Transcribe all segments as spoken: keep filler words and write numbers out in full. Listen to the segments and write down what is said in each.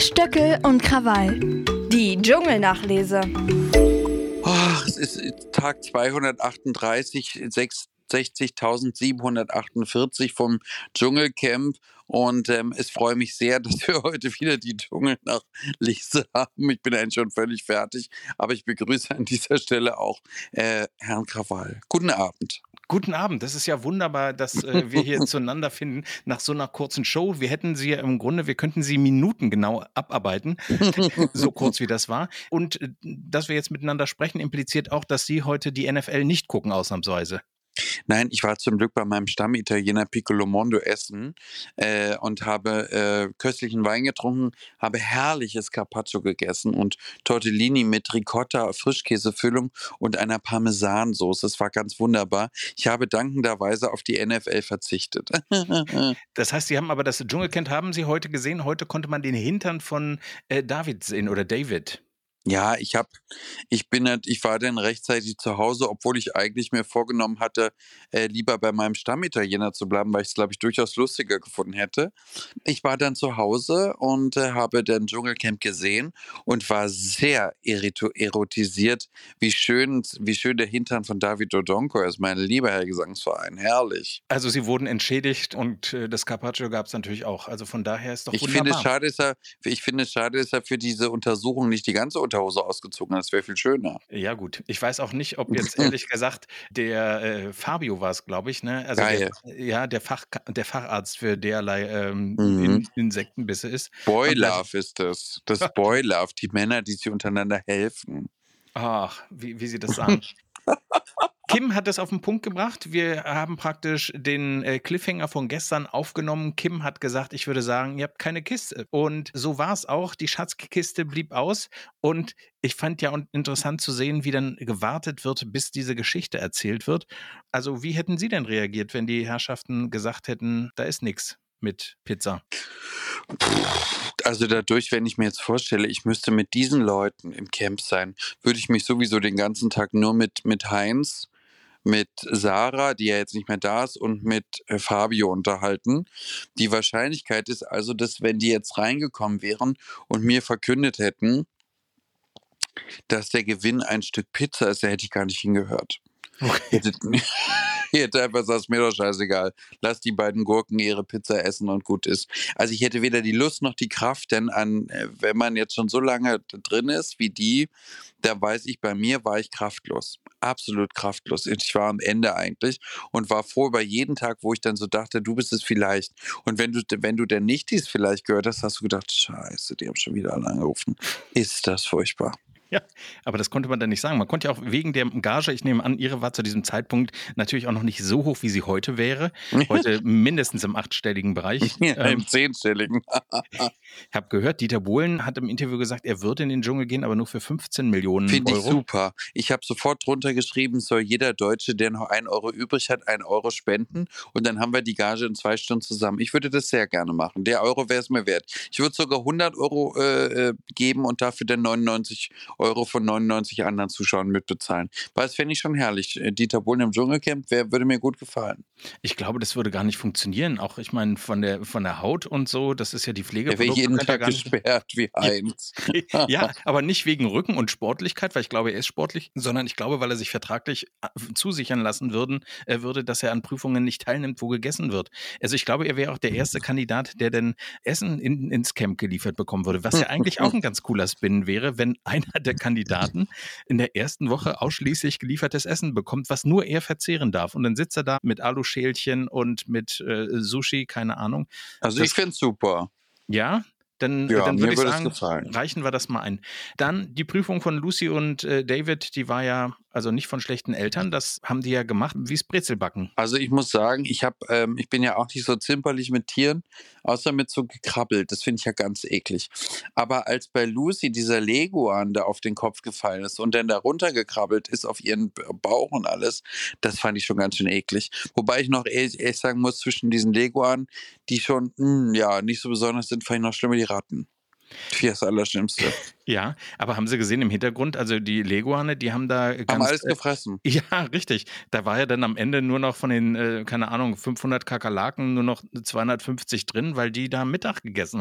Stöckel und Krawall. Die Dschungelnachlese. Ach, es ist Tag zweihundertachtunddreißig, sechsundsechzigtausendsiebenhundertachtundvierzig vom Dschungelcamp und ähm, es freut mich sehr, dass wir heute wieder die Dschungelnachlese haben. Ich bin eigentlich schon völlig fertig, aber ich begrüße an dieser Stelle auch äh, Herrn Krawall. Guten Abend. Guten Abend, das ist ja wunderbar, dass äh, wir hier zueinander finden nach so einer kurzen Show. Wir hätten sie ja im Grunde, wir könnten sie minutengenau abarbeiten, so kurz wie das war. Und äh, dass wir jetzt miteinander sprechen, impliziert auch, dass Sie heute die N F L nicht gucken, ausnahmsweise. Nein, ich war zum Glück bei meinem Stammitaliener Piccolo Mondo essen äh, und habe äh, köstlichen Wein getrunken, habe herrliches Carpaccio gegessen und Tortellini mit Ricotta, Frischkäsefüllung und einer Parmesansoße. Es war ganz wunderbar. Ich habe dankenderweise auf die N F L verzichtet. Das heißt, Sie haben aber das Dschungelcamp haben Sie heute gesehen. Heute konnte man den Hintern von äh, David sehen oder David. Ja, ich hab, ich bin, halt- ich war dann rechtzeitig zu Hause, obwohl ich eigentlich mir vorgenommen hatte, äh, lieber bei meinem Stammitaliener zu bleiben, weil ich es, glaube ich, durchaus lustiger gefunden hätte. Ich war dann zu Hause und äh, habe dann Dschungelcamp gesehen und war sehr erito- erotisiert, wie schön, wie schön der Hintern von David Odonko ist, mein lieber Herr Gesangsverein, herrlich. Also Sie wurden entschädigt und äh, das Carpaccio gab es natürlich auch. Also von daher ist doch Ich finde es wunderbar. schade, ist er, ich finde es schade, dass er für diese Untersuchung nicht die ganze Unterhose ausgezogen hat. Das wäre viel schöner. Ja gut, ich weiß auch nicht, ob jetzt ehrlich gesagt der äh, Fabio war es, glaube ich, ne? Also der, Geil. ja, der, Fach, der Facharzt für derlei ähm, Mhm. in, Insektenbisse ist. Boy Und der- Love ist das. Das Boy Love, die Männer, die sich untereinander helfen. Ach, wie, wie Sie das sagen. Kim hat es auf den Punkt gebracht. Wir haben praktisch den äh, Cliffhanger von gestern aufgenommen. Kim hat gesagt, ich würde sagen, ihr habt keine Kiste. Und so war es auch. Die Schatzkiste blieb aus. Und ich fand ja un- interessant zu sehen, wie dann gewartet wird, bis diese Geschichte erzählt wird. Also wie hätten Sie denn reagiert, wenn die Herrschaften gesagt hätten, da ist nichts mit Pizza? Also dadurch, wenn ich mir jetzt vorstelle, ich müsste mit diesen Leuten im Camp sein, würde ich mich sowieso den ganzen Tag nur mit, mit Heinz, mit Sarah, die ja jetzt nicht mehr da ist, und mit äh, Fabio unterhalten. Die Wahrscheinlichkeit ist also, dass wenn die jetzt reingekommen wären und mir verkündet hätten, dass der Gewinn ein Stück Pizza ist, da hätte ich gar nicht hingehört. Okay. Hätte, hätte einfach gesagt, ist mir doch scheißegal. Lass die beiden Gurken ihre Pizza essen und gut ist. Also ich hätte weder die Lust noch die Kraft, denn an, äh, wenn man jetzt schon so lange d- drin ist wie die, da weiß ich, bei mir war ich kraftlos. Absolut kraftlos. Ich war am Ende eigentlich und war froh über jeden Tag, wo ich dann so dachte, du bist es vielleicht. Und wenn du, wenn du denn nicht dies vielleicht gehört hast, hast du gedacht, scheiße, die haben schon wieder alle angerufen. Ist das furchtbar. Ja, aber das konnte man dann nicht sagen. Man konnte ja auch wegen der Gage, ich nehme an, Ihre war zu diesem Zeitpunkt natürlich auch noch nicht so hoch, wie sie heute wäre. Heute mindestens im achtstelligen Bereich. Ja, Ähm, im Zehnstelligen. ich habe gehört, Dieter Bohlen hat im Interview gesagt, er würde in den Dschungel gehen, aber nur für fünfzehn Millionen Finde ich Euro. super. Ich habe sofort drunter geschrieben, soll jeder Deutsche, der noch einen Euro übrig hat, einen Euro spenden und dann haben wir die Gage in zwei Stunden zusammen. Ich würde das sehr gerne machen. Der Euro wäre es mir wert. Ich würde sogar hundert Euro äh, äh, geben und dafür dann neunundneunzig Euro von neunundneunzig anderen Zuschauern mitbezahlen. Weil das fände ich schon herrlich. Äh, Dieter Bohlen im Dschungelcamp wär, würde mir gut gefallen. Ich glaube, das würde gar nicht funktionieren. Auch, ich meine, von der, von der Haut und so, das ist ja die Der wäre Pflegeprodukte. jeden könnt ihr Tag gar nicht- gesperrt wie Heinz. Ja, aber nicht wegen Rücken und Sportlichkeit, weil ich glaube, er ist sportlich, sondern ich glaube, weil er sich vertraglich äh, zusichern lassen würden, äh, würde, dass er an Prüfungen nicht teilnimmt, wo gegessen wird. Also ich glaube, er wäre auch der erste Kandidat, der denn Essen in, ins Camp geliefert bekommen würde, was ja eigentlich auch ein ganz cooler Spin wäre, wenn einer der Kandidaten in der ersten Woche ausschließlich geliefertes Essen bekommt, was nur er verzehren darf. Und dann sitzt er da mit Aluschälchen und mit äh, Sushi, keine Ahnung. Also Das- ich finde es super. Ja, dann, Ja, dann mir würde ich würde es sagen, gefallen. reichen wir das mal ein. Dann die Prüfung von Lucy und äh, David, die war ja also nicht von schlechten Eltern, das haben die ja gemacht, wie's Brezelbacken. Also ich muss sagen, ich habe, ähm, ich bin ja auch nicht so zimperlich mit Tieren, außer mit so gekrabbelt. Das finde ich ja ganz eklig. Aber als bei Lucy dieser Leguan da auf den Kopf gefallen ist und dann da runtergekrabbelt ist auf ihren B- Bauch und alles, das fand ich schon ganz schön eklig. Wobei ich noch ehrlich, ehrlich sagen muss, zwischen diesen Leguan, die schon, mh, ja, nicht so besonders sind, fand ich noch schlimmer die Ratten. Die ist das Allerschlimmste. Ja, aber haben Sie gesehen im Hintergrund, also die Leguane, die haben da Haben ganz... alles äh, gefressen. Ja, richtig. Da war ja dann am Ende nur noch von den, äh, keine Ahnung, fünfhundert Kakerlaken nur noch zweihundertfünfzig drin, weil die da Mittag gegessen haben.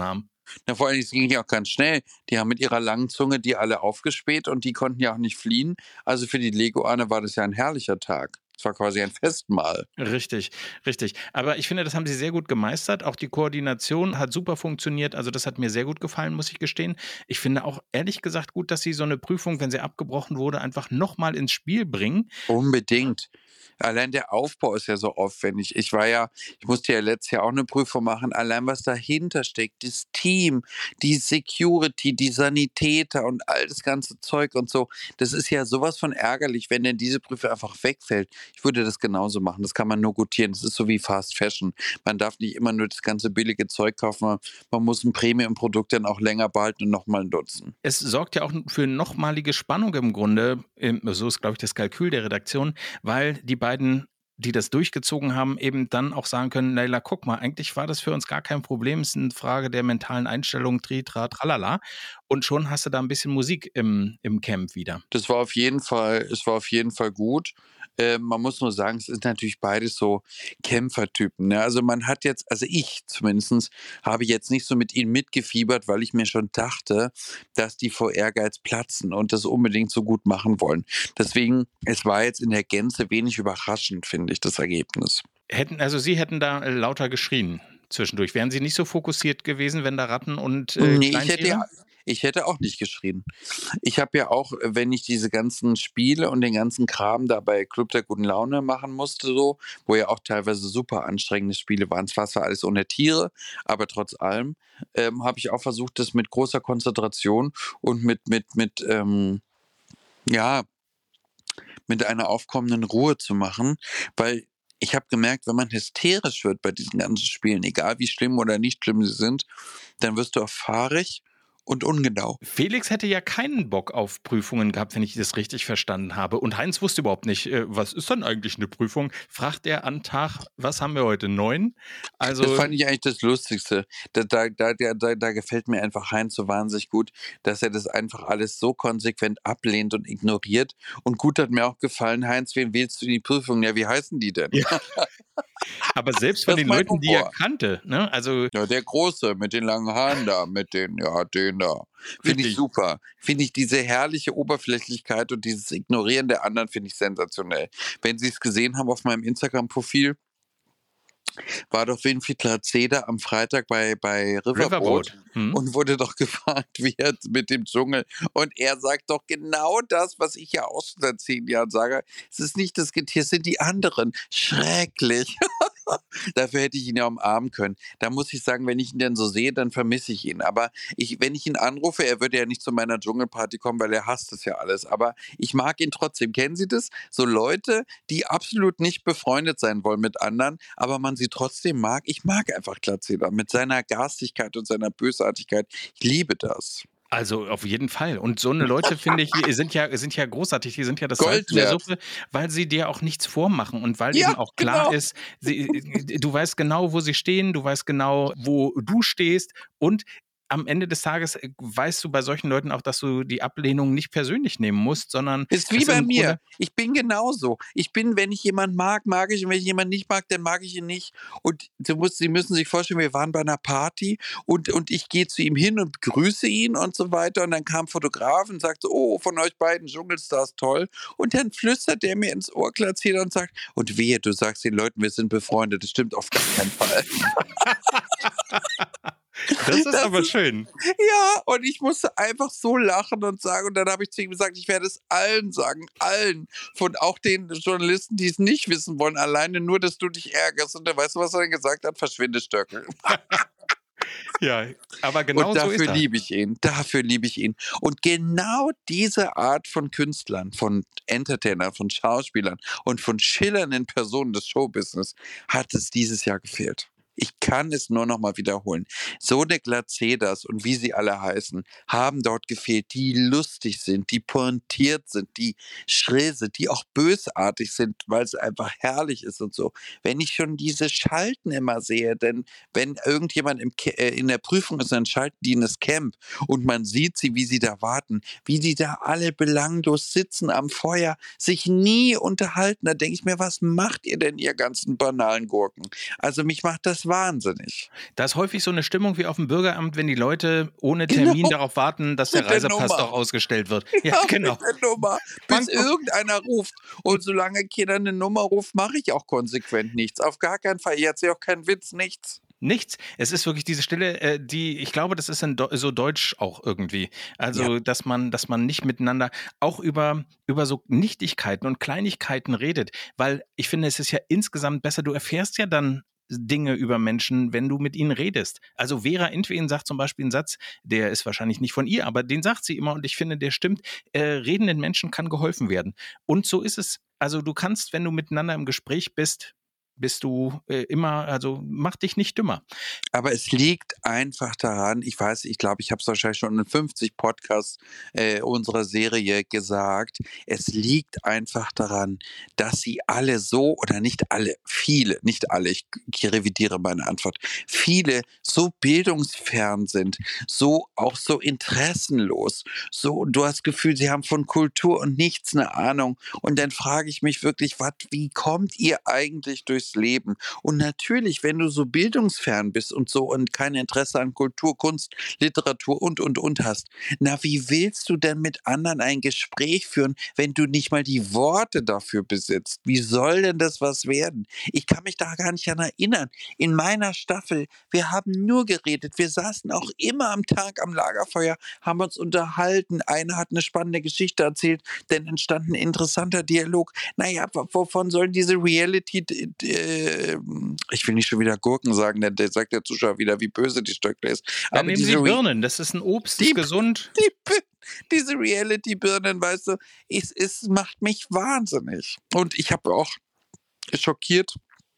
Na, vor allem, es ging ja auch ganz schnell. Die haben mit ihrer langen Zunge die alle aufgespäht und die konnten ja auch nicht fliehen. Also für die Leguane war das ja ein herrlicher Tag. Es war quasi ein Festmahl. Richtig, richtig. Aber ich finde, das haben sie sehr gut gemeistert. Auch die Koordination hat super funktioniert. Also das hat mir sehr gut gefallen, muss ich gestehen. Ich finde auch ehrlich gesagt gut, dass sie so eine Prüfung, wenn sie abgebrochen wurde, einfach nochmal ins Spiel bringen. Unbedingt. Allein der Aufbau ist ja so aufwendig. Ich war ja, ich musste ja letztes Jahr auch eine Prüfung machen. Allein was dahinter steckt, das Team, die Security, die Sanitäter und all das ganze Zeug und so. Das ist ja sowas von ärgerlich, wenn denn diese Prüfung einfach wegfällt. Ich würde das genauso machen. Das kann man nur gutieren. Das ist so wie Fast Fashion. Man darf nicht immer nur das ganze billige Zeug kaufen. Man muss ein Premium-Produkt dann auch länger behalten und nochmal nutzen. Es sorgt ja auch für nochmalige Spannung im Grunde. Ähm, So ist, glaube ich, das Kalkül der Redaktion, weil die beiden, die das durchgezogen haben, eben dann auch sagen können, Leila, guck mal, eigentlich war das für uns gar kein Problem, es ist eine Frage der mentalen Einstellung, tri, tra, tralala. Und schon hast du da ein bisschen Musik im, im Camp wieder. Das war auf jeden Fall, es war auf jeden Fall gut. Äh, man muss nur sagen, es ist natürlich beides so Kämpfertypen. Ne? Also man hat jetzt, also ich zumindest, habe jetzt nicht so mit ihnen mitgefiebert, weil ich mir schon dachte, dass die vor Ehrgeiz platzen und das unbedingt so gut machen wollen. Deswegen, es war jetzt in der Gänze wenig überraschend, finde ich, das Ergebnis. Hätten, also Sie hätten da äh, lauter geschrien zwischendurch. Wären Sie nicht so fokussiert gewesen, wenn da Ratten und äh, Nee, ich hätte, Kleintiere? ja, ich hätte auch nicht geschrien. Ich habe ja auch, äh, wenn ich diese ganzen Spiele und den ganzen Kram da bei Club der guten Laune machen musste, so, wo ja auch teilweise super anstrengende Spiele waren. Es war zwar alles ohne Tiere, aber trotz allem ähm, habe ich auch versucht, das mit großer Konzentration und mit, mit, mit, ähm, ja, mit einer aufkommenden Ruhe zu machen, weil ich habe gemerkt, wenn man hysterisch wird bei diesen ganzen Spielen, egal wie schlimm oder nicht schlimm sie sind, dann wirst du auch fahrig und ungenau. Felix hätte ja keinen Bock auf Prüfungen gehabt, wenn ich das richtig verstanden habe. Und Heinz wusste überhaupt nicht, äh, was ist dann eigentlich eine Prüfung? Fragt er an Tag, was haben wir heute? Neun? Also, Das fand ich eigentlich das Lustigste. Da, da, da, da, da gefällt mir einfach Heinz so wahnsinnig gut, dass er das einfach alles so konsequent ablehnt und ignoriert. Und gut hat mir auch gefallen, Heinz, wen wählst du in die Prüfung? Ja, wie heißen die denn? ja. Aber selbst von Das ist den mein Leuten, die er Humor. kannte, ne? Also, Ja, der Große mit den langen Haaren da, mit den, ja, den da. Finde ich richtig. super. Finde ich diese herrliche Oberflächlichkeit und dieses Ignorieren der anderen finde ich sensationell. Wenn Sie es gesehen haben auf meinem Instagram-Profil, war doch Winfried Zeder am Freitag bei, bei Riverboat Riverboat. Hm? und wurde doch gefragt, wie er mit dem Dschungel. Und er sagt doch genau das, was ich ja auch schon seit zehn Jahren sage. Es ist nicht das Getier, es sind die anderen. Schrecklich. Dafür hätte ich ihn ja umarmen können. Da muss ich sagen, wenn ich ihn denn so sehe, dann vermisse ich ihn. Aber ich, wenn ich ihn anrufe, er würde ja nicht zu meiner Dschungelparty kommen, weil er hasst das ja alles. Aber ich mag ihn trotzdem. Kennen Sie das? So Leute, die absolut nicht befreundet sein wollen mit anderen, aber man sie trotzdem mag. Ich mag einfach Glatzeder mit seiner Garstigkeit und seiner Bösartigkeit. Ich liebe das. Also auf jeden Fall. Und so eine Leute, finde ich, sind ja, sind ja großartig. Die sind ja das Salz Gold in der wert. Suppe, weil sie dir auch nichts vormachen und weil Ja, eben auch klar genau. ist, sie, du weißt genau, wo sie stehen, du weißt genau, wo du stehst und am Ende des Tages äh, weißt du bei solchen Leuten auch, dass du die Ablehnung nicht persönlich nehmen musst, sondern Ist wie es bei im mir. Grunde, Ich bin genauso. Ich bin, wenn ich jemanden mag, mag ich. Und wenn ich jemanden nicht mag, dann mag ich ihn nicht. Und du musst, Sie müssen sich vorstellen, wir waren bei einer Party und, und ich gehe zu ihm hin und begrüße ihn und so weiter. Und dann kam ein Fotograf und sagte, oh, von euch beiden Dschungelstars toll. Und dann flüstert der mir ins Ohr platziert und sagt, und wehe, du sagst den Leuten, wir sind befreundet. Das stimmt auf gar keinen Fall. das ist Das aber ist, schön. ja, und ich musste einfach so lachen und sagen, und dann habe ich zu ihm gesagt, ich werde es allen sagen, allen, von auch den Journalisten, die es nicht wissen wollen, alleine nur, dass du dich ärgerst. Und dann weißt du, was er dann gesagt hat? Verschwinde, Stöckel. Ja, aber genau Und so ist dafür er. liebe ich ihn, dafür liebe ich ihn. Und genau diese Art von Künstlern, von Entertainern, von Schauspielern und von schillernden Personen des Showbusiness hat es dieses Jahr gefehlt. Ich kann es nur noch mal wiederholen. So eine Glacedas und wie sie alle heißen, haben dort gefehlt, die lustig sind, die pointiert sind, die schrill sind, die auch bösartig sind, weil es einfach herrlich ist und so. Wenn ich schon diese Schalten immer sehe, denn wenn irgendjemand im, Ke- äh, in der Prüfung ist, dann schalten die in das Camp und man sieht sie, wie sie da warten, wie die da alle belanglos sitzen am Feuer, sich nie unterhalten. Da denke ich mir, was macht ihr denn, ihr ganzen banalen Gurken? Also mich macht das das wahnsinnig. Da ist häufig so eine Stimmung wie auf dem Bürgeramt, wenn die Leute ohne Genau. Termin darauf warten, dass der Mit der Reisepass Nummer. doch ausgestellt wird. Ja, Ja, genau. mit der Nummer. Bis Bank- irgendeiner ruft. Und solange keiner eine Nummer ruft, mache ich auch konsequent nichts. Auf gar keinen Fall. Ihr erzählt auch keinen Witz, nichts. Nichts. Es ist wirklich diese Stille, äh, die, ich glaube, das ist in Do- so deutsch auch irgendwie. Also, dass man, dass man nicht miteinander auch über, über so Nichtigkeiten und Kleinigkeiten redet. Weil ich finde, es ist ja insgesamt besser, du erfährst ja dann Dinge über Menschen, wenn du mit ihnen redest. Also Vera Intwen sagt zum Beispiel einen Satz, der ist wahrscheinlich nicht von ihr, aber den sagt sie immer und ich finde, der stimmt. Äh, redenden Menschen kann geholfen werden. Und so ist es. Also du kannst, wenn du miteinander im Gespräch bist, bist du äh, immer, also mach dich nicht dümmer. Aber es liegt einfach daran, ich weiß, ich glaube, ich habe es wahrscheinlich schon in fünfzig Podcasts äh, unserer Serie gesagt, es liegt einfach daran, dass sie alle so, oder nicht alle, viele, nicht alle, ich, ich revidiere meine Antwort, viele so bildungsfern sind, so auch so interessenlos, so, du hast das Gefühl, sie haben von Kultur und nichts eine Ahnung und dann frage ich mich wirklich, wat, wie kommt ihr eigentlich durchs Leben? Und natürlich, wenn du so bildungsfern bist und so und kein Interesse an Kultur, Kunst, Literatur und, und, und hast, na, wie willst du denn mit anderen ein Gespräch führen, wenn du nicht mal die Worte dafür besitzt? Wie soll denn das was werden? Ich kann mich da gar nicht an erinnern. In meiner Staffel, wir haben nur geredet, wir saßen auch immer am Tag am Lagerfeuer, haben uns unterhalten, einer hat eine spannende Geschichte erzählt, dann entstand ein interessanter Dialog. Naja, w- wovon soll diese Reality, d- d- äh, ich will nicht schon wieder Gurken sagen, denn der sagt der Zuschauer wieder, wie böse die Stöckle ist. Dann Aber nehmen diese Sie Re- Birnen, das ist ein Obst, Die- ist gesund. die, B- diese Reality-Birnen, weißt du, es, es macht mich wahnsinnig. Und ich habe auch schockiert,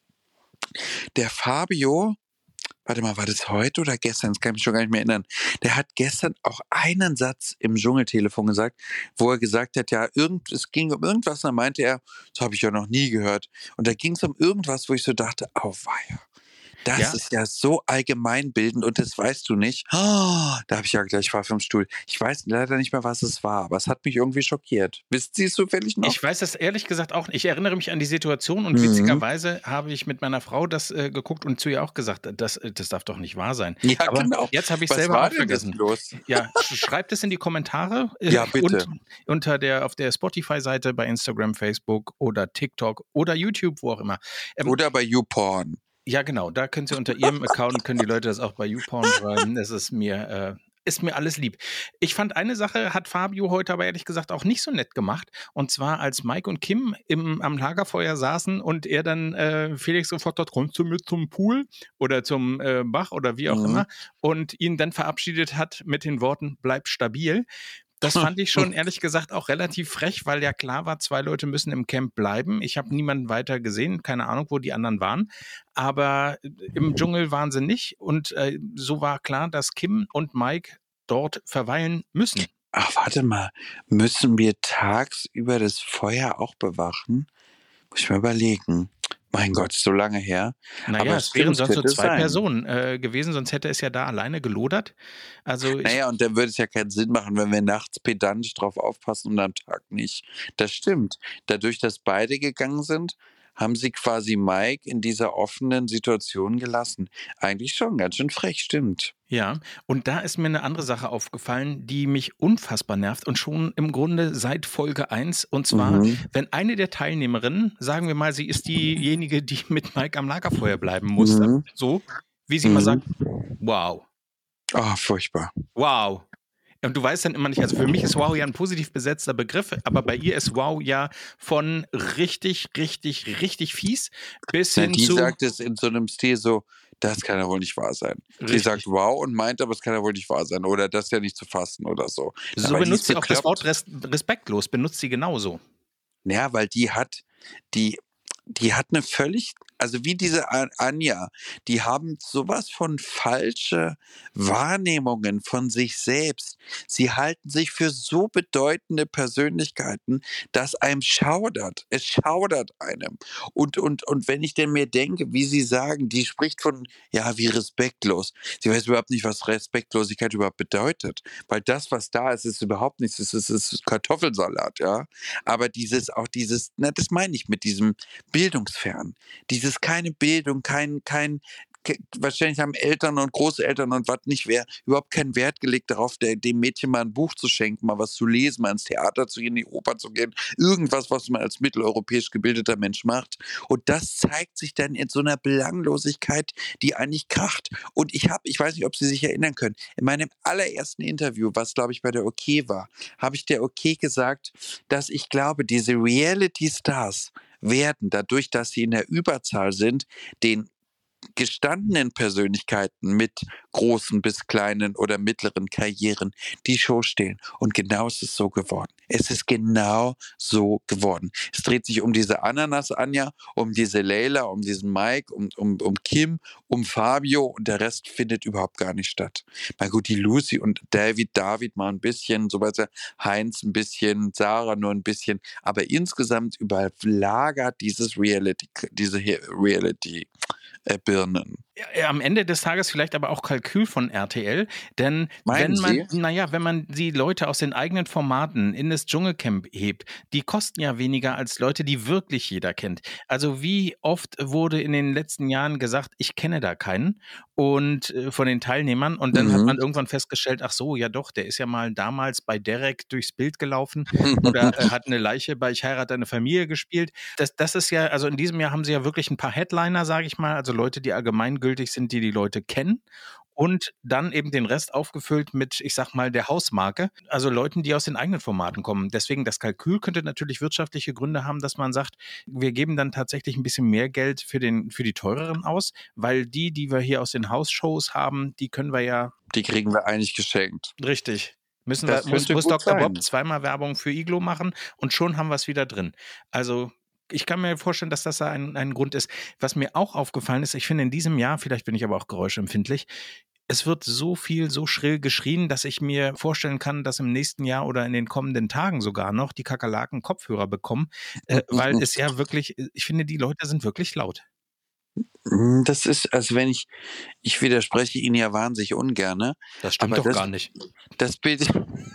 der Fabio, warte mal, war das heute oder gestern? Das kann ich mich schon gar nicht mehr erinnern. Der hat gestern auch einen Satz im Dschungeltelefon gesagt, wo er gesagt hat, ja, irgend, es ging um irgendwas, und dann meinte er, das habe ich ja noch nie gehört. Und da ging es um irgendwas, wo ich so dachte, auweia. Das Ja. ist ja so allgemeinbildend und das weißt du nicht. Oh, da habe ich ja gleich war vom Stuhl. Ich weiß leider nicht mehr, was es war, aber es hat mich irgendwie schockiert. Wissen Sie es zufällig noch? Ich weiß das ehrlich gesagt auch nicht. Ich erinnere mich an die Situation und Mhm. witzigerweise habe ich mit meiner Frau das äh, geguckt und zu ihr auch gesagt, das, äh, das darf doch nicht wahr sein. Ja, Aber genau. jetzt habe ich Was selber war auch denn das vergessen. los? Ja, sch- schreibt es in die Kommentare. äh, Ja, bitte. Und unter der, auf der Spotify-Seite, bei Instagram, Facebook oder TikTok oder YouTube, wo auch immer. Ähm, Oder bei YouPorn. Ja, genau. Da können Sie unter Ihrem Account, können die Leute das auch bei YouPorn schreiben. Das ist mir, äh, ist mir alles lieb. Ich fand, eine Sache hat Fabio heute aber ehrlich gesagt auch nicht so nett gemacht. Und zwar, als Mike und Kim im, am Lagerfeuer saßen und er dann äh, Felix gefragt hat, kommst du mit zum Pool oder zum äh, Bach oder wie auch Mhm. immer und ihn dann verabschiedet hat mit den Worten, bleib stabil. Das fand ich schon ehrlich gesagt auch relativ frech, weil ja klar war, zwei Leute müssen im Camp bleiben. Ich habe niemanden weiter gesehen, keine Ahnung, wo die anderen waren. Aber im Dschungel waren sie nicht. Und äh, so war klar, dass Kim und Mike dort verweilen müssen. Ach, warte mal. Müssen wir tagsüber das Feuer auch bewachen? Muss ich mal überlegen. Mein Gott, so lange her. Naja, Aber es wären stimmt, sonst so könnte zwei sein. Personen äh, gewesen, sonst hätte es ja da alleine gelodert. Also ich, Naja, und dann würde es ja keinen Sinn machen, wenn wir nachts pedantisch drauf aufpassen und am Tag nicht. Das stimmt. Dadurch, dass beide gegangen sind, haben sie quasi Mike in dieser offenen Situation gelassen. Eigentlich schon ganz schön frech, stimmt. Ja, und da ist mir eine andere Sache aufgefallen, die mich unfassbar nervt und schon im Grunde seit Folge eins. Und zwar, Mhm. wenn eine der Teilnehmerinnen, sagen wir mal, sie ist diejenige, die mit Mike am Lagerfeuer bleiben musste, Mhm. so, wie sie immer Mhm. sagt, wow, Oh, furchtbar. wow. Und du weißt dann immer nicht, also für mich ist wow ja ein positiv besetzter Begriff, aber bei ihr ist wow ja von richtig, richtig, richtig fies bis Na, hin die zu... sagt es in so einem Stil so, das kann ja wohl nicht wahr sein. Sie Richtig. sagt wow und meint, aber es kann ja wohl nicht wahr sein. Oder das ist ja nicht zu fassen oder so. So Aber die benutzt ist sie auch das bekloppt. Wort res respektlos, benutzt sie genauso. Ja, weil die hat, die, die hat eine völlig, also wie diese An- Anja, die haben sowas von falsche Wahrnehmungen von sich selbst. Sie halten sich für so bedeutende Persönlichkeiten, dass einem schaudert. Es schaudert einem. Und, und, und wenn ich denn mir denke, wie sie sagen, die spricht von, ja, wie respektlos. Sie weiß überhaupt nicht, was Respektlosigkeit überhaupt bedeutet. Weil das, was da ist, ist überhaupt nichts. Es ist, es ist Kartoffelsalat, ja. Aber dieses, auch dieses, na, das meine ich mit diesem bildungsfern. Dieses keine Bildung, kein, kein, wahrscheinlich haben Eltern und Großeltern und was nicht wer überhaupt keinen Wert gelegt darauf, der, dem Mädchen mal ein Buch zu schenken, mal was zu lesen, mal ins Theater zu gehen, in die Oper zu gehen, irgendwas, was man als mitteleuropäisch gebildeter Mensch macht. Und das zeigt sich dann in so einer Belanglosigkeit, die eigentlich kracht. Und ich habe, ich weiß nicht, ob Sie sich erinnern können, in meinem allerersten Interview, was glaube ich bei der OK war, habe ich der OK gesagt, dass ich glaube, diese Reality-Stars werden, dadurch, dass sie in der Überzahl sind, den gestandenen Persönlichkeiten mit großen bis kleinen oder mittleren Karrieren die Show stehlen. Und genau ist es so geworden. Es ist genau so geworden. Es dreht sich um diese Ananas-Anja, um diese Leila, um diesen Mike, um, um, um Kim, um Fabio und der Rest findet überhaupt gar nicht statt. Na gut, die Lucy und David, David mal ein bisschen, so weiter, Heinz ein bisschen, Sarah nur ein bisschen, aber insgesamt überlagert dieses Reality, diese Reality äh, Birnen. Ja, am Ende des Tages vielleicht aber auch Kalkül von R T L, denn Meinen wenn man, Sie? naja, wenn man die Leute aus den eigenen Formaten in das Dschungelcamp hebt, die kosten ja weniger als Leute, die wirklich jeder kennt. Also wie oft wurde in den letzten Jahren gesagt, ich kenne da keinen und äh, von den Teilnehmern und dann Mhm. hat man irgendwann festgestellt, ach so, ja doch, der ist ja mal damals bei Derek durchs Bild gelaufen oder äh, hat eine Leiche bei Ich heirate eine Familie gespielt. Das, das ist ja, also in diesem Jahr haben sie ja wirklich ein paar Headliner, sage ich mal, also Leute, die allgemeingültig sind, die die Leute kennen und dann eben den Rest aufgefüllt mit, ich sag mal, der Hausmarke, also Leuten, die aus den eigenen Formaten kommen. Deswegen das Kalkül könnte natürlich wirtschaftliche Gründe haben, dass man sagt, wir geben dann tatsächlich ein bisschen mehr Geld für, den, für die teureren aus, weil die, die wir hier aus den Hausshows haben, die können wir ja... Die kriegen wir eigentlich geschenkt. Richtig. Müssen Das wir, muss, könnte muss gut Doktor sein. Bob zweimal Werbung für Iglo machen und schon haben wir es wieder drin. Also ich kann mir vorstellen, dass das da ein, ein Grund ist. Was mir auch aufgefallen ist, ich finde in diesem Jahr, vielleicht bin ich aber auch geräuschempfindlich, es wird so viel, so schrill geschrien, dass ich mir vorstellen kann, dass im nächsten Jahr oder in den kommenden Tagen sogar noch die Kakerlaken Kopfhörer bekommen, äh, weil es ja wirklich, ich finde, die Leute sind wirklich laut. Das ist, also wenn ich, ich widerspreche Ihnen ja wahnsinnig ungerne. Das stimmt aber doch das, gar nicht. Das Bild,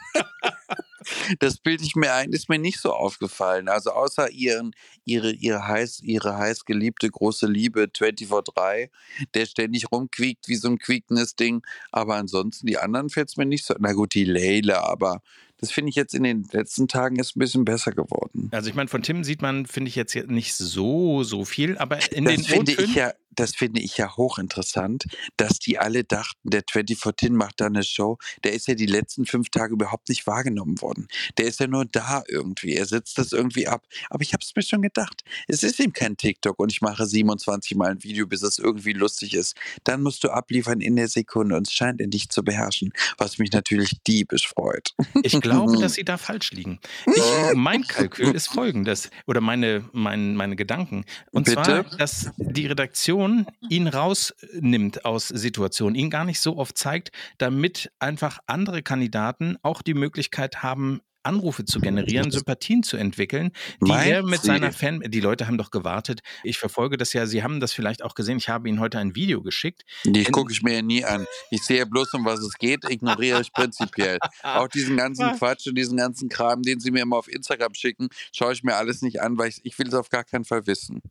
das Bild ich mir ein, ist mir nicht so aufgefallen. Also außer ihren, ihre, ihre, heiß, ihre heiß geliebte große Liebe vierundzwanzig drei, der ständig rumquiekt wie so ein quiekendes Ding. Aber ansonsten, die anderen fällt es mir nicht so. Na gut, die Leila, aber das finde ich jetzt in den letzten Tagen ist ein bisschen besser geworden. Also ich meine, von Tim sieht man, finde ich jetzt nicht so, so viel, aber in Das den finde ich O-Tönen... ja, das finde ich ja hochinteressant, dass die alle dachten, der vierundzwanzig Tin macht da eine Show. Der ist ja die letzten fünf Tage überhaupt nicht wahrgenommen worden. Der ist ja nur da irgendwie. Er sitzt das irgendwie ab. Aber ich habe es mir schon gedacht. Es ist eben kein TikTok und ich mache siebenundzwanzig Mal ein Video, bis es irgendwie lustig ist. Dann musst du abliefern in der Sekunde und es scheint in dich zu beherrschen, was mich natürlich diebisch freut. Ich glaube, dass Sie da falsch liegen. Ich, mein Kalkül ist folgendes, oder meine, mein, meine Gedanken. Und Bitte? zwar, dass die Redaktion ihn rausnimmt aus Situationen, ihn gar nicht so oft zeigt, damit einfach andere Kandidaten auch die Möglichkeit haben, Anrufe zu generieren, Sympathien zu entwickeln, die Meint er mit Sie? seiner Fan... Die Leute haben doch gewartet. Ich verfolge das ja, Sie haben das vielleicht auch gesehen. Ich habe Ihnen heute ein Video geschickt. Die In- gucke ich mir ja nie an. Ich sehe bloß, um was es geht, ignoriere ich prinzipiell. Auch diesen ganzen Quatsch und diesen ganzen Kram, den Sie mir immer auf Instagram schicken, schaue ich mir alles nicht an, weil ich, ich will es auf gar keinen Fall wissen.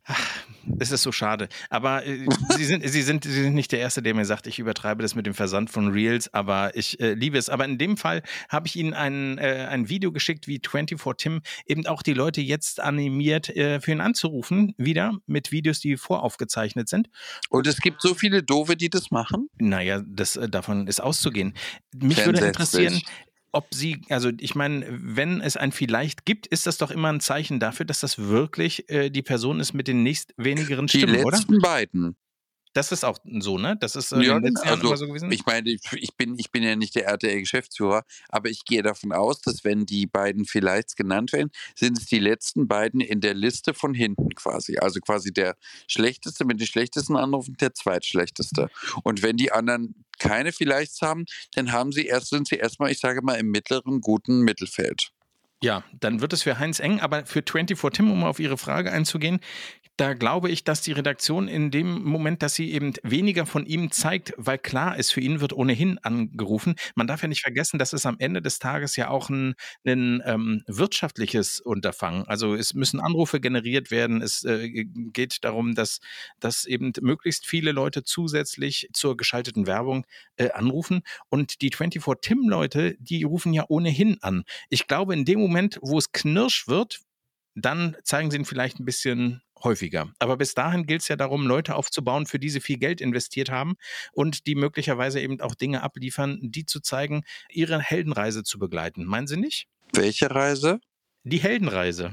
Es ist so schade. Aber äh, Sie, sind, Sie, sind, Sie sind nicht der Erste, der mir sagt, ich übertreibe das mit dem Versand von Reels, aber ich äh, liebe es. Aber in dem Fall habe ich Ihnen ein, äh, ein Video geschickt, wie vierundzwanzig Tim eben auch die Leute jetzt animiert, äh, für ihn anzurufen, wieder mit Videos, die voraufgezeichnet sind. Und es gibt so viele Doofe, die das machen? Naja, das, äh, davon ist auszugehen. Mich Sehr würde entsetzlich. interessieren, ob Sie, also ich meine, wenn es ein Vielleicht gibt, ist das doch immer ein Zeichen dafür, dass das wirklich äh, die Person ist mit den nächst wenigeren Die Stimmen, oder? letzten beiden. Das ist auch so, ne? Das ist äh, Ja, in den letzten Jahren also immer so gewesen. ich meine, ich ich bin, ich bin ja nicht der R T L-Geschäftsführer, aber ich gehe davon aus, dass wenn die beiden vielleicht genannt werden, sind es die letzten beiden in der Liste von hinten quasi. Also quasi der schlechteste mit den schlechtesten Anrufen, der zweitschlechteste. Und wenn die anderen keine Vielleichts haben, dann haben sie erst, sind sie erstmal, ich sage mal, im mittleren, guten Mittelfeld. Ja, dann wird es für Heinz eng, aber für vierundzwanzig Tim, um auf Ihre Frage einzugehen, Da glaube ich, dass die Redaktion in dem Moment, dass sie eben weniger von ihm zeigt, weil klar ist, für ihn wird ohnehin angerufen. Man darf ja nicht vergessen, das ist am Ende des Tages ja auch ein 'nen, ähm, wirtschaftliches Unterfangen. Also, es müssen Anrufe generiert werden. Es, äh, g geht darum, dass dass eben möglichst viele Leute zusätzlich zur geschalteten Werbung, äh, anrufen. Und die vierundzwanzig Tim-Leute, die rufen ja ohnehin an. Ich glaube, in dem Moment, wo es knirsch wird, dann zeigen sie ihn vielleicht ein bisschen häufiger. Aber bis dahin gilt es ja darum, Leute aufzubauen, für die sie viel Geld investiert haben und die möglicherweise eben auch Dinge abliefern, die zu zeigen, ihre Heldenreise zu begleiten. Meinen Sie nicht? Welche Reise? Die Heldenreise.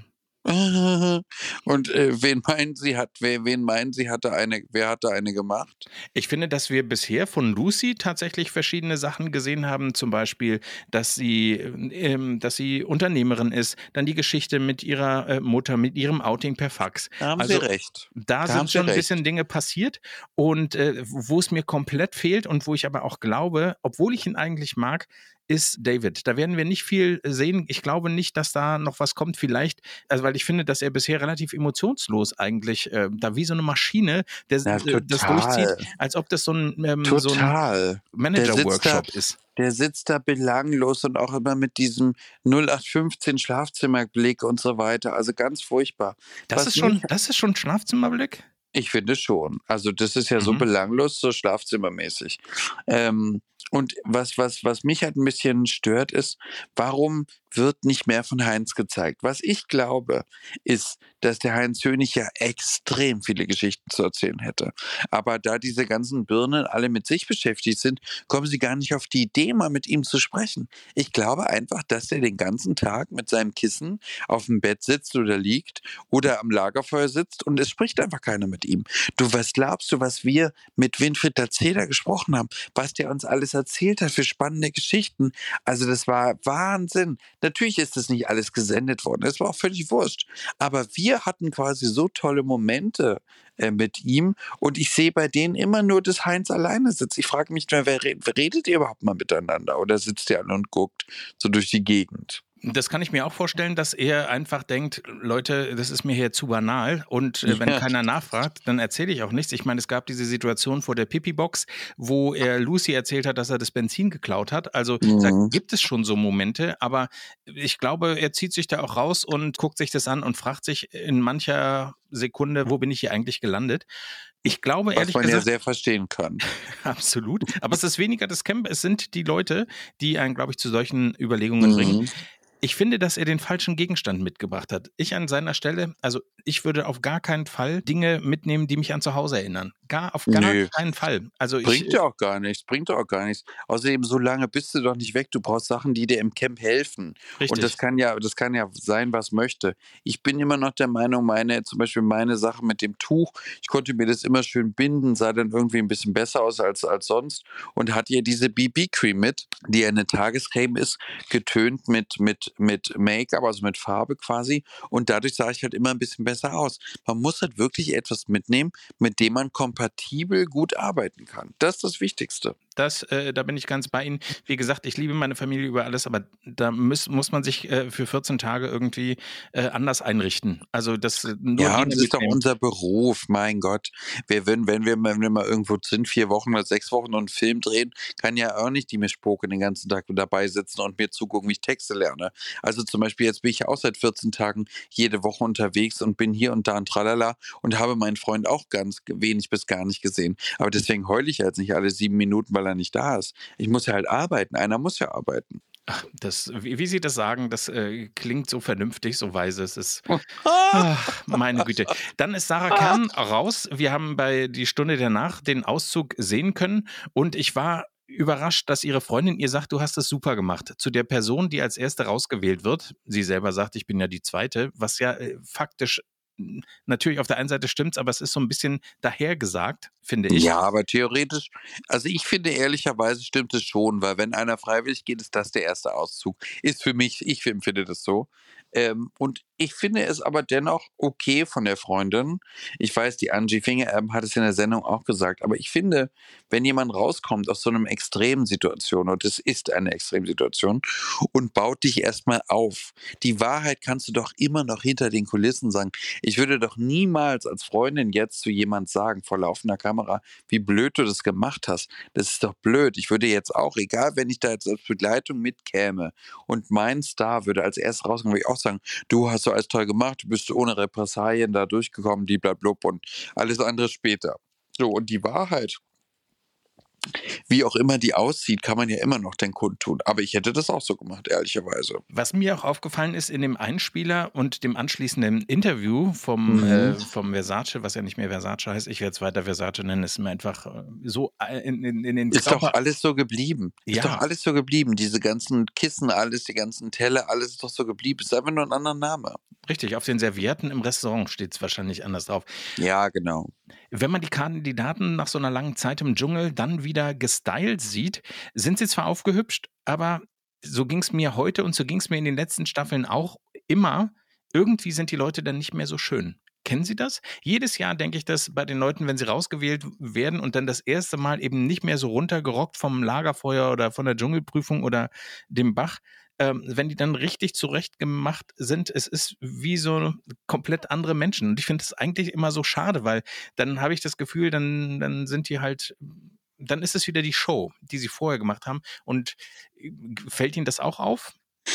Und, äh, wen meinen Sie hat we wen meinen Sie hatte eine wer hatte eine gemacht? Ich finde, dass wir bisher von Lucy tatsächlich verschiedene Sachen gesehen haben, zum Beispiel, dass sie, ähm, dass sie Unternehmerin ist, dann die Geschichte mit ihrer äh, Mutter, mit ihrem Outing per Fax. Da haben Sie Also recht. da Da haben sind Sie schon ein recht. bisschen Dinge passiert und äh, wo es mir komplett fehlt und wo ich aber auch glaube, obwohl ich ihn eigentlich mag, ist David. Da werden wir nicht viel sehen. Ich glaube nicht, dass da noch was kommt. Vielleicht, also weil ich finde, dass er bisher relativ emotionslos eigentlich äh, da wie so eine Maschine, der Ja, äh, das durchzieht, total. als ob das so ein, ähm, so ein Total. Der sitzt da Manager-Workshop ist. der sitzt da belanglos und auch immer mit diesem null acht fünfzehn Schlafzimmerblick und so weiter. Also, ganz furchtbar. Das Was ist mich schon, das ist schon Schlafzimmerblick? Ich finde schon. Also, das ist ja so Mhm. belanglos, so schlafzimmermäßig. Ähm, und was was was mich halt 'n bisschen stört, ist, warum wird nicht mehr von Heinz gezeigt? Was ich glaube, ist, dass der Heinz Hönig ja extrem viele Geschichten zu erzählen hätte. Aber da diese ganzen Birnen alle mit sich beschäftigt sind, kommen sie gar nicht auf die Idee, mal mit ihm zu sprechen. Ich glaube einfach, dass er den ganzen Tag mit seinem Kissen aufm Bett sitzt oder liegt oder am Lagerfeuer sitzt und es spricht einfach keiner mit ihm. Du, was glaubst du, was wir mit Winfried Erzähler gesprochen haben? Was der uns alles erzählt hat für spannende Geschichten? Also, das war Wahnsinn. Natürlich ist das nicht alles gesendet worden. Das war auch völlig wurscht. Aber wir hatten quasi so tolle Momente, äh, mit ihm und ich sehe bei denen immer nur, dass Heinz alleine sitzt. Ich frage mich, wer wer re redet ihr überhaupt mal miteinander oder sitzt ihr alle und guckt so durch die Gegend? Das kann ich mir auch vorstellen, dass er einfach denkt, Leute, das ist mir hier zu banal und äh, wenn Ja. keiner nachfragt, dann erzähle ich auch nichts. Ich meine, es gab diese Situation vor der Pipi-Box, wo er Lucy erzählt hat, dass er das Benzin geklaut hat. Also da Mhm. gibt es schon so Momente, aber ich glaube, er zieht sich da auch raus und guckt sich das an und fragt sich in mancher Sekunde, wo bin ich hier eigentlich gelandet? Ich glaube, Was ehrlich man ja gesagt, sehr verstehen kann. absolut. Aber es ist weniger das Camp, es sind die Leute, die einen, glaube ich, zu solchen Überlegungen bringen. Mhm. Ich finde, dass er den falschen Gegenstand mitgebracht hat. Ich an seiner Stelle, also ich würde auf gar keinen Fall Dinge mitnehmen, die mich an zu Hause erinnern. Gar, auf gar Nö. keinen Fall. Also ich, Bringt ja auch gar nichts, bringt doch auch gar nichts. Außerdem, so lange bist du doch nicht weg. Du brauchst Sachen, die dir im Camp helfen. Und das richtig. kann ja, das kann ja sein, was möchte. Ich bin immer noch der Meinung, meine, zum Beispiel meine Sache mit dem Tuch, ich konnte mir das immer schön binden, sah dann irgendwie ein bisschen besser aus als, als sonst und hatte ja diese B B-Cream mit, die ja eine Tagescreme ist, getönt mit, mit, mit Make-up, also mit Farbe quasi. Und dadurch sah ich halt immer ein bisschen besser aus. Man muss halt wirklich etwas mitnehmen, mit dem man kompatibel gut arbeiten kann. Das ist das Wichtigste. Das, äh, da bin ich ganz bei Ihnen. Wie gesagt, ich liebe meine Familie über alles, aber da muss, muss man sich äh, für vierzehn Tage irgendwie äh, anders einrichten. Also das äh, nur Ja, und Dinge es ist doch mitnehmen. unser Beruf, mein Gott. Wir, wenn, wenn, wir, wenn wir mal irgendwo sind, vier Wochen oder sechs Wochen und einen Film drehen, kann ja auch nicht die Mischpoke den ganzen Tag dabei sitzen und mir zugucken, wie ich Texte lerne. Also zum Beispiel, jetzt bin ich ja auch seit vierzehn Tagen jede Woche unterwegs und bin hier und da und tralala und habe meinen Freund auch ganz wenig bis gar nicht gesehen. Aber deswegen heule ich ja jetzt nicht alle sieben Minuten, weil er nicht da ist. Ich muss ja halt arbeiten. Einer muss ja arbeiten. Ach, das, wie, wie Sie das sagen, das äh, klingt so vernünftig, so weise. Es ist, Ah, ach, meine Güte. Dann ist Sarah Kern raus. Wir haben bei die Stunde danach den Auszug sehen können und ich war überrascht, dass ihre Freundin ihr sagt, du hast es super gemacht. Zu der Person, die als erste rausgewählt wird. Sie selber sagt, ich bin ja die zweite, was ja äh, faktisch n- natürlich auf der einen Seite stimmt's, aber es ist so ein bisschen dahergesagt, finde ich. Ja, aber theoretisch, also ich finde ehrlicherweise stimmt es schon, weil wenn einer freiwillig geht, ist das der erste Auszug. Ist für mich, ich empfinde das so. Ähm, und Ich finde es aber dennoch okay von der Freundin. Ich weiß, die Angie Fingererben hat es in der Sendung auch gesagt, aber ich finde, wenn jemand rauskommt aus so einem Extremsituation, und es ist eine Extremsituation, und baut dich erstmal auf. Die Wahrheit kannst du doch immer noch hinter den Kulissen sagen. Ich würde doch niemals als Freundin jetzt zu jemand sagen, vor laufender Kamera, wie blöd du das gemacht hast. Das ist doch blöd. Ich würde jetzt auch, egal, wenn ich da jetzt als Begleitung mitkäme und mein Star würde als erstes rauskommen, würde ich auch sagen, du hast so alles toll gemacht, du bist ohne Repressalien da durchgekommen, blub und alles andere später. So, und die Wahrheit, wie auch immer die aussieht, kann man ja immer noch den kundtun. Aber ich hätte das auch so gemacht, ehrlicherweise. Was mir auch aufgefallen ist in dem Einspieler und dem anschließenden Interview vom, Mhm. äh, vom Versace, was ja nicht mehr Versace heißt, ich werde es weiter Versace nennen, ist mir einfach äh, so äh, in, in, in den Ist Körper. doch alles so geblieben. Ist Ja. doch alles so geblieben. Diese ganzen Kissen, alles, die ganzen Teller, alles ist doch so geblieben. Ist einfach nur ein anderer Name. Richtig, auf den Servietten im Restaurant steht es wahrscheinlich anders drauf. Ja, genau. Wenn man die Kandidaten nach so einer langen Zeit im Dschungel dann wieder gestylt sieht, sind sie zwar aufgehübscht, aber so ging es mir heute und so ging es mir in den letzten Staffeln auch immer. Irgendwie sind die Leute dann nicht mehr so schön. Kennen Sie das? Jedes Jahr denke ich das bei den Leuten, wenn sie rausgewählt werden und dann das erste Mal eben nicht mehr so runtergerockt vom Lagerfeuer oder von der Dschungelprüfung oder dem Bach, ähm, wenn die dann richtig zurechtgemacht sind, es ist wie so komplett andere Menschen. Und ich finde das eigentlich immer so schade, weil dann habe ich das Gefühl, dann, dann sind die halt, dann ist es wieder die Show, die sie vorher gemacht haben. Und äh, fällt Ihnen das auch auf?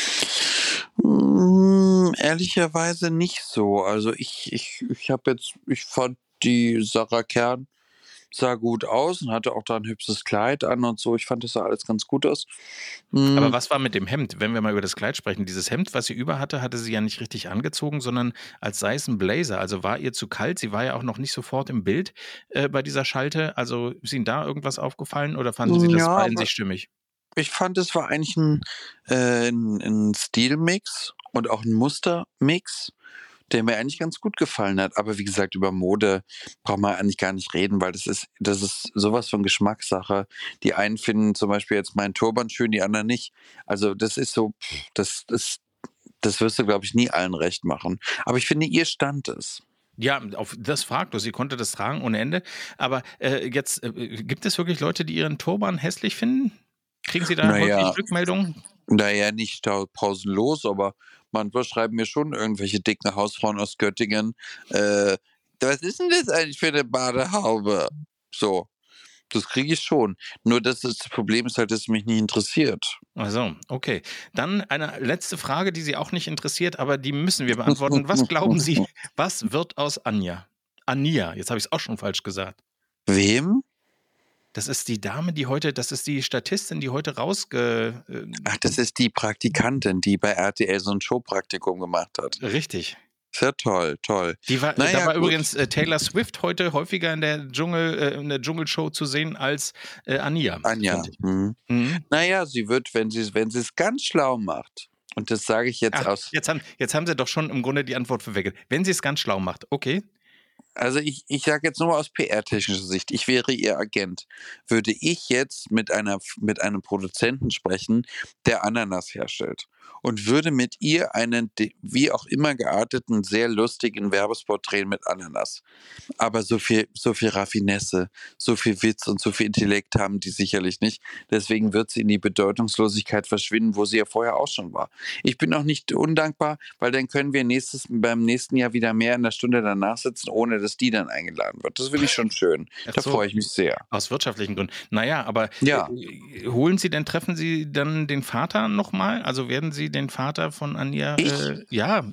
Mm, ehrlicherweise nicht so. Also ich, ich, ich habe jetzt, ich fand die Sarah Kern sah gut aus und hatte auch da ein hübsches Kleid an und so. Ich fand, das sah alles ganz gut aus. Mm, Aber was war mit dem Hemd? Wenn wir mal über das Kleid sprechen, dieses Hemd, was sie über hatte, hatte sie ja nicht richtig angezogen, sondern als sei es ein Blazer. Also war ihr zu kalt. Sie war ja auch noch nicht sofort im Bild äh, bei dieser Schalte. Also ist Ihnen da irgendwas aufgefallen oder fanden Sie, das ja, war in aber sich stimmig? ich fand, es war eigentlich ein, äh, ein, ein Stilmix und auch ein Mustermix, der mir eigentlich ganz gut gefallen hat. Aber wie gesagt, über Mode braucht man eigentlich gar nicht reden, weil das ist, das ist sowas von Geschmackssache. Die einen finden zum Beispiel jetzt meinen Turban schön, die anderen nicht. Also das ist so, pff, das, das, das wirst du, glaube ich, nie allen recht machen. Aber ich finde, ihr stand es. Ja, auf das fraglos. Sie konnte das tragen ohne Ende. Aber äh, jetzt, äh, gibt es wirklich Leute, die ihren Turban hässlich finden? Kriegen Sie da häufig Naja, Rückmeldungen? naja, nicht tau- pausenlos, aber manchmal schreiben mir schon irgendwelche dicken Hausfrauen aus Göttingen, äh, was ist denn das eigentlich für eine Badehaube? So, das kriege ich schon. Nur das, ist, das Problem ist halt, dass es mich nicht interessiert. Ach so, okay. Dann eine letzte Frage, die Sie auch nicht interessiert, aber die müssen wir beantworten. Was glauben Sie, was wird aus Anja? Ania, jetzt habe ich es auch schon falsch gesagt. Wem? Das ist die Dame, die heute, das ist die Statistin, die heute rausge... Äh, Ach, das ist die Praktikantin, die bei R T L so ein Showpraktikum gemacht hat. richtig. Sehr toll, toll. Die war, Naja, da war gut. übrigens äh, Taylor Swift heute häufiger in der Dschungel, äh, in der Dschungelshow zu sehen als äh, Ania. Anja. finde ich. Mhm. Mhm. Naja, sie wird, wenn sie wenn sie es ganz schlau macht, und das sage ich jetzt Ach, aus. jetzt, haben, jetzt haben Sie doch schon im Grunde die Antwort verweckelt. Wenn sie es ganz schlau macht, okay. Also ich, ich sage jetzt nur mal aus P R-technischer Sicht, ich wäre ihr Agent. Würde ich jetzt mit einer mit einem Produzenten sprechen, der Ananas herstellt und würde mit ihr einen de- wie auch immer gearteten, sehr lustigen Werbespot drehen mit Ananas. Aber so viel, so viel Raffinesse, so viel Witz und so viel Intellekt haben die sicherlich nicht. Deswegen wird sie in die Bedeutungslosigkeit verschwinden, wo sie ja vorher auch schon war. Ich bin auch nicht undankbar, weil dann können wir nächstes, beim nächsten Jahr wieder mehr in der Stunde danach sitzen, ohne dass die dann eingeladen wird. Das finde ich schon schön. Ach Da so. freue ich mich sehr. Aus wirtschaftlichen Gründen. Naja, aber Ja. äh, holen Sie denn, treffen Sie dann den Vater nochmal? Also werden Sie den Vater von Anja, Ich? äh, ja,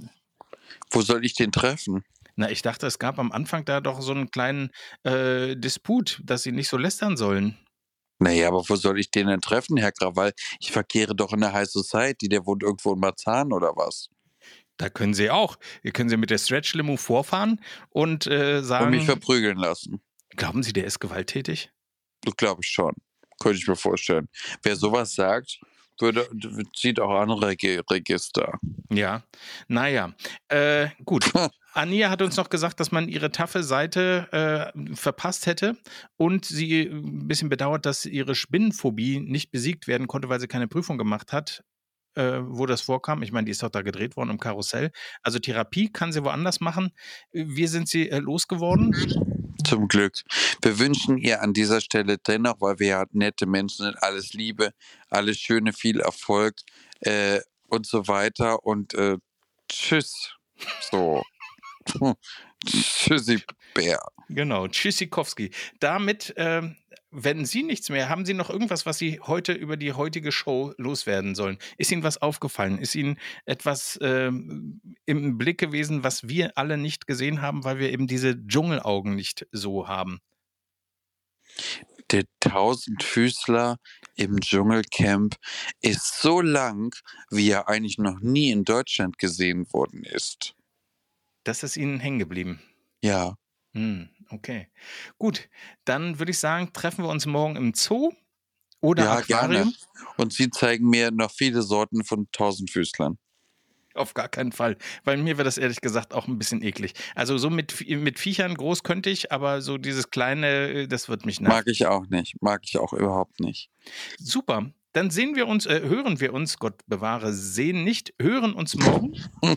Wo soll ich den treffen? na, ich dachte, es gab am Anfang da doch so einen kleinen äh, Disput, dass Sie nicht so lästern sollen. Naja, aber wo soll ich den denn treffen, Herr Krawall? Ich verkehre doch in der High Society. Der wohnt irgendwo in Marzahn oder was? Da können Sie auch. Hier können Sie mit der Stretch-Limo vorfahren und äh, Und mich sagen, verprügeln lassen. glauben Sie, der ist gewalttätig? Das glaube ich schon. Könnte ich mir vorstellen. Wer sowas sagt, würde, zieht auch andere Reg- Register. Ja, naja, äh, gut. Ania hat uns noch gesagt, dass man ihre taffe Seite äh, verpasst hätte und sie ein bisschen bedauert, dass ihre Spinnenphobie nicht besiegt werden konnte, weil sie keine Prüfung gemacht hat. äh, wo das vorkam. Ich meine, die ist doch da gedreht worden im Karussell. Also Therapie kann sie woanders machen. Wie sind sie äh, losgeworden? Zum Glück. Wir wünschen ihr an dieser Stelle dennoch, weil wir ja nette Menschen sind, alles Liebe, alles Schöne, viel Erfolg äh, und so weiter. Und äh, tschüss. So. Tschüssi, Bär. Genau, Tschüssikowski. Damit ähm, wenden Sie nichts mehr. Haben Sie noch irgendwas, was Sie heute über die heutige Show loswerden sollen? Ist Ihnen was aufgefallen? Ist Ihnen etwas ähm, im Blick gewesen, was wir alle nicht gesehen haben, weil wir eben diese Dschungelaugen nicht so haben? Der Tausendfüßler im Dschungelcamp ist so lang, wie er eigentlich noch nie in Deutschland gesehen worden ist. Das ist Ihnen hängen geblieben. Ja. Hm, okay. Gut, dann würde ich sagen, treffen wir uns morgen im Zoo oder Ja, Aquarium. gerne. Und Sie zeigen mir noch viele Sorten von Tausendfüßlern. Auf gar keinen Fall, weil mir wäre das ehrlich gesagt auch ein bisschen eklig. Also so mit, Vie- mit Viechern groß könnte ich, aber so dieses kleine, äh, das wird mich nerven. Mag ich auch nicht. Mag ich auch überhaupt nicht. Super, dann sehen wir uns, äh, hören wir uns, Gott bewahre, sehen nicht, hören uns morgen.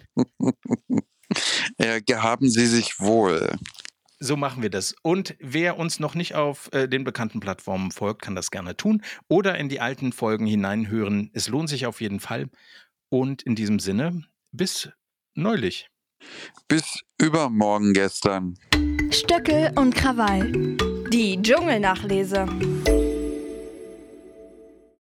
Ja, gehaben Sie sich wohl. So machen wir das. Und wer uns noch nicht auf äh, den bekannten Plattformen folgt, kann das gerne tun oder in die alten Folgen hineinhören. Es lohnt sich auf jeden Fall. Und in diesem Sinne, bis neulich. Bis übermorgen gestern. Stöckel und Krawall. Die Dschungelnachlese.